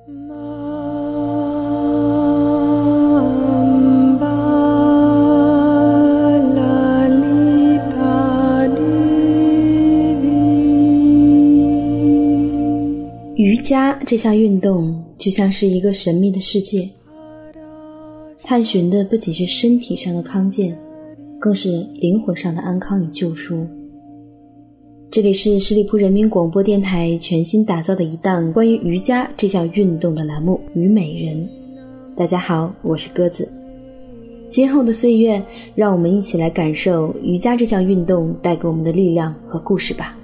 瑜伽这项运动就像是一个神秘的世界，探寻的不仅是身体上的康健，更是灵魂上的安康与救赎。这里是十里铺人民广播电台全新打造的一档关于瑜伽这项运动的栏目《虞美人》。大家好，我是鸽子。今后的岁月，让我们一起来感受瑜伽这项运动带给我们的力量和故事吧。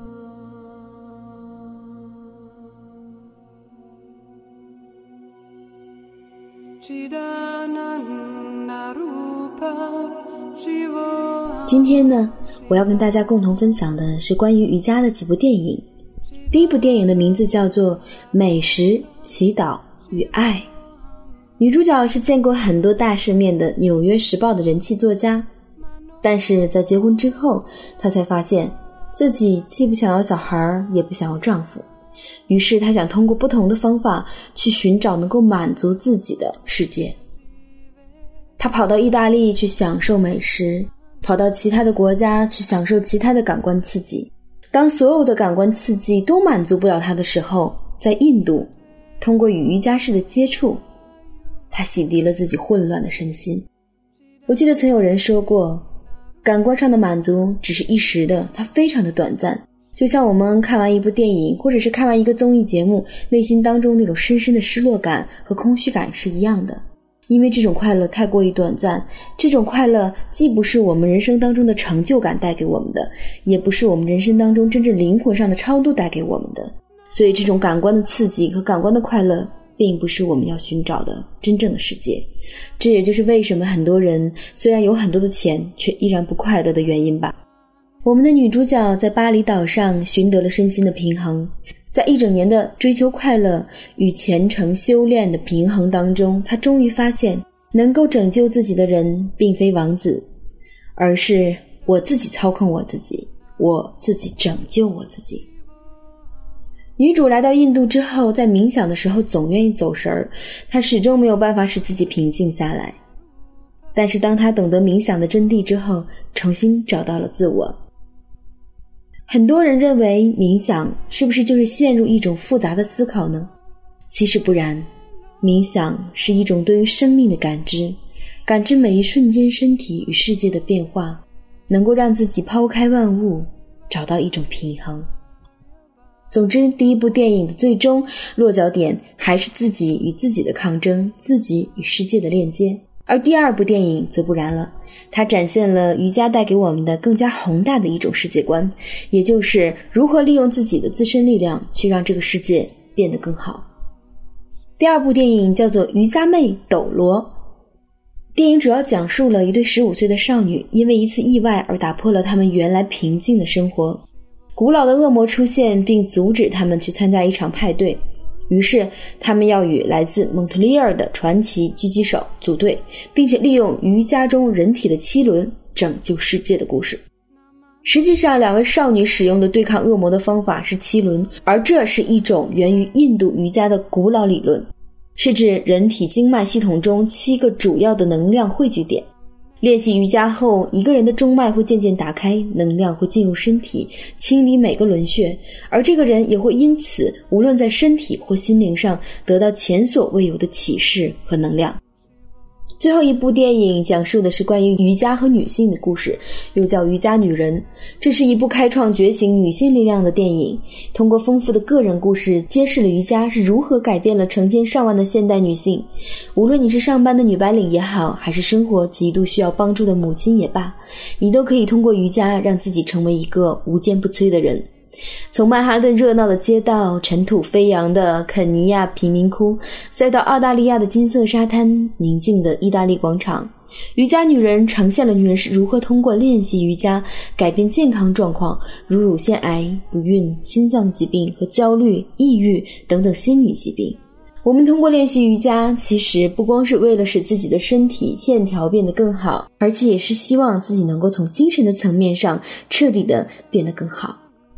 今天呢，我要跟大家共同分享的是关于瑜伽的几部电影。第一部电影的名字叫做《美食、祈祷与爱》，女主角是见过很多大世面的《纽约时报》的人气作家，但是在结婚之后，她才发现自己既不想要小孩，也不想要丈夫。于是她想通过不同的方法去寻找能够满足自己的世界。她跑到意大利去享受美食，跑到其他的国家去享受其他的感官刺激。当所有的感官刺激都满足不了她的时候，在印度，通过与瑜伽士的接触，她洗涤了自己混乱的身心。我记得曾有人说过，感官上的满足只是一时的，它非常的短暂。就像我们看完一部电影，或者是看完一个综艺节目，内心当中那种深深的失落感和空虚感是一样的。因为这种快乐太过于短暂，这种快乐既不是我们人生当中的成就感带给我们的，也不是我们人生当中真正灵魂上的超度带给我们的。所以这种感官的刺激和感官的快乐并不是我们要寻找的真正的世界。这也就是为什么很多人虽然有很多的钱，却依然不快乐的原因吧。我们的女主角在巴厘岛上寻得了身心的平衡，在一整年的追求快乐与虔诚修炼的平衡当中，她终于发现能够拯救自己的人并非王子，而是我自己操控我自己，我自己拯救我自己。女主来到印度之后，在冥想的时候总愿意走神儿，她始终没有办法使自己平静下来。但是当她懂得冥想的真谛之后，重新找到了自我。很多人认为冥想是不是就是陷入一种复杂的思考呢？其实不然，冥想是一种对于生命的感知，感知每一瞬间身体与世界的变化，能够让自己抛开万物，找到一种平衡。总之，第一部电影的最终落脚点还是自己与自己的抗争，自己与世界的链接。而第二部电影则不然了，它展现了瑜伽带给我们的更加宏大的一种世界观，也就是如何利用自己的自身力量去让这个世界变得更好。第二部电影叫做《瑜伽妹斗罗》，电影主要讲述了一对15岁的少女因为一次意外而打破了他们原来平静的生活。古老的恶魔出现并阻止他们去参加一场派对，于是他们要与来自蒙特利尔的传奇狙击手组队，并且利用瑜伽中人体的七轮拯救世界的故事。实际上，两位少女使用的对抗恶魔的方法是七轮，而这是一种源于印度瑜伽的古老理论，是指人体经脉系统中7个主要的能量汇聚点。练习瑜伽后，一个人的中脉会渐渐打开，能量会进入身体，清理每个轮穴，而这个人也会因此无论在身体或心灵上得到前所未有的启示和能量。最后一部电影讲述的是关于瑜伽和女性的故事，又叫《瑜伽女人》。这是一部开创觉醒女性力量的电影，通过丰富的个人故事，揭示了瑜伽是如何改变了成千上万的现代女性。无论你是上班的女白领也好，还是生活极度需要帮助的母亲也罢，你都可以通过瑜伽让自己成为一个无坚不摧的人。从曼哈顿热闹的街道，尘土飞扬的肯尼亚贫民窟，再到澳大利亚的金色沙滩，宁静的意大利广场，瑜伽女人呈现了女人是如何通过练习瑜伽改变健康状况，如乳腺癌、不孕、心脏疾病和焦虑、抑郁等等心理疾病。我们通过练习瑜伽，其实不光是为了使自己的身体线条变得更好，而且也是希望自己能够从精神的层面上彻底的变得更好。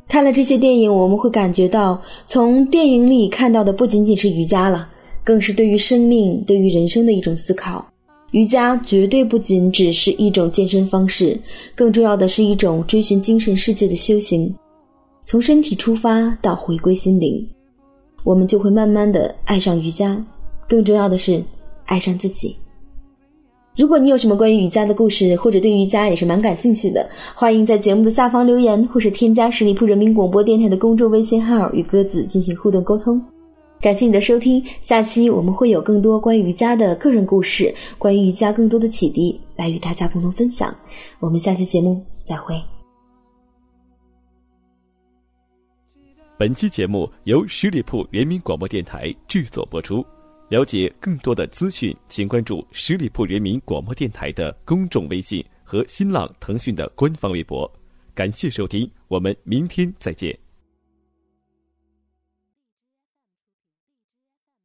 看了这些电影，我们会感觉到，从电影里看到的不仅仅是瑜伽了，更是对于生命、对于人生的一种思考。瑜伽绝对不仅只是一种健身方式，更重要的是一种追寻精神世界的修行。从身体出发到回归心灵，我们就会慢慢地爱上瑜伽，更重要的是爱上自己。如果你有什么关于瑜伽的故事，或者对瑜伽也是蛮感兴趣的，欢迎在节目的下方留言，或是添加十里铺人民广播电台的公众微信号与鸽子进行互动沟通。感谢你的收听，下期我们会有更多关于瑜伽的个人故事，关于瑜伽更多的启迪来与大家共同分享。我们下期节目再会。 本期节目由十里铺人民广播电台制作播出。了解更多的资讯，请关注十里铺人民广播电台的公众微信和新浪、腾讯的官方微博。感谢收听，我们明天再见。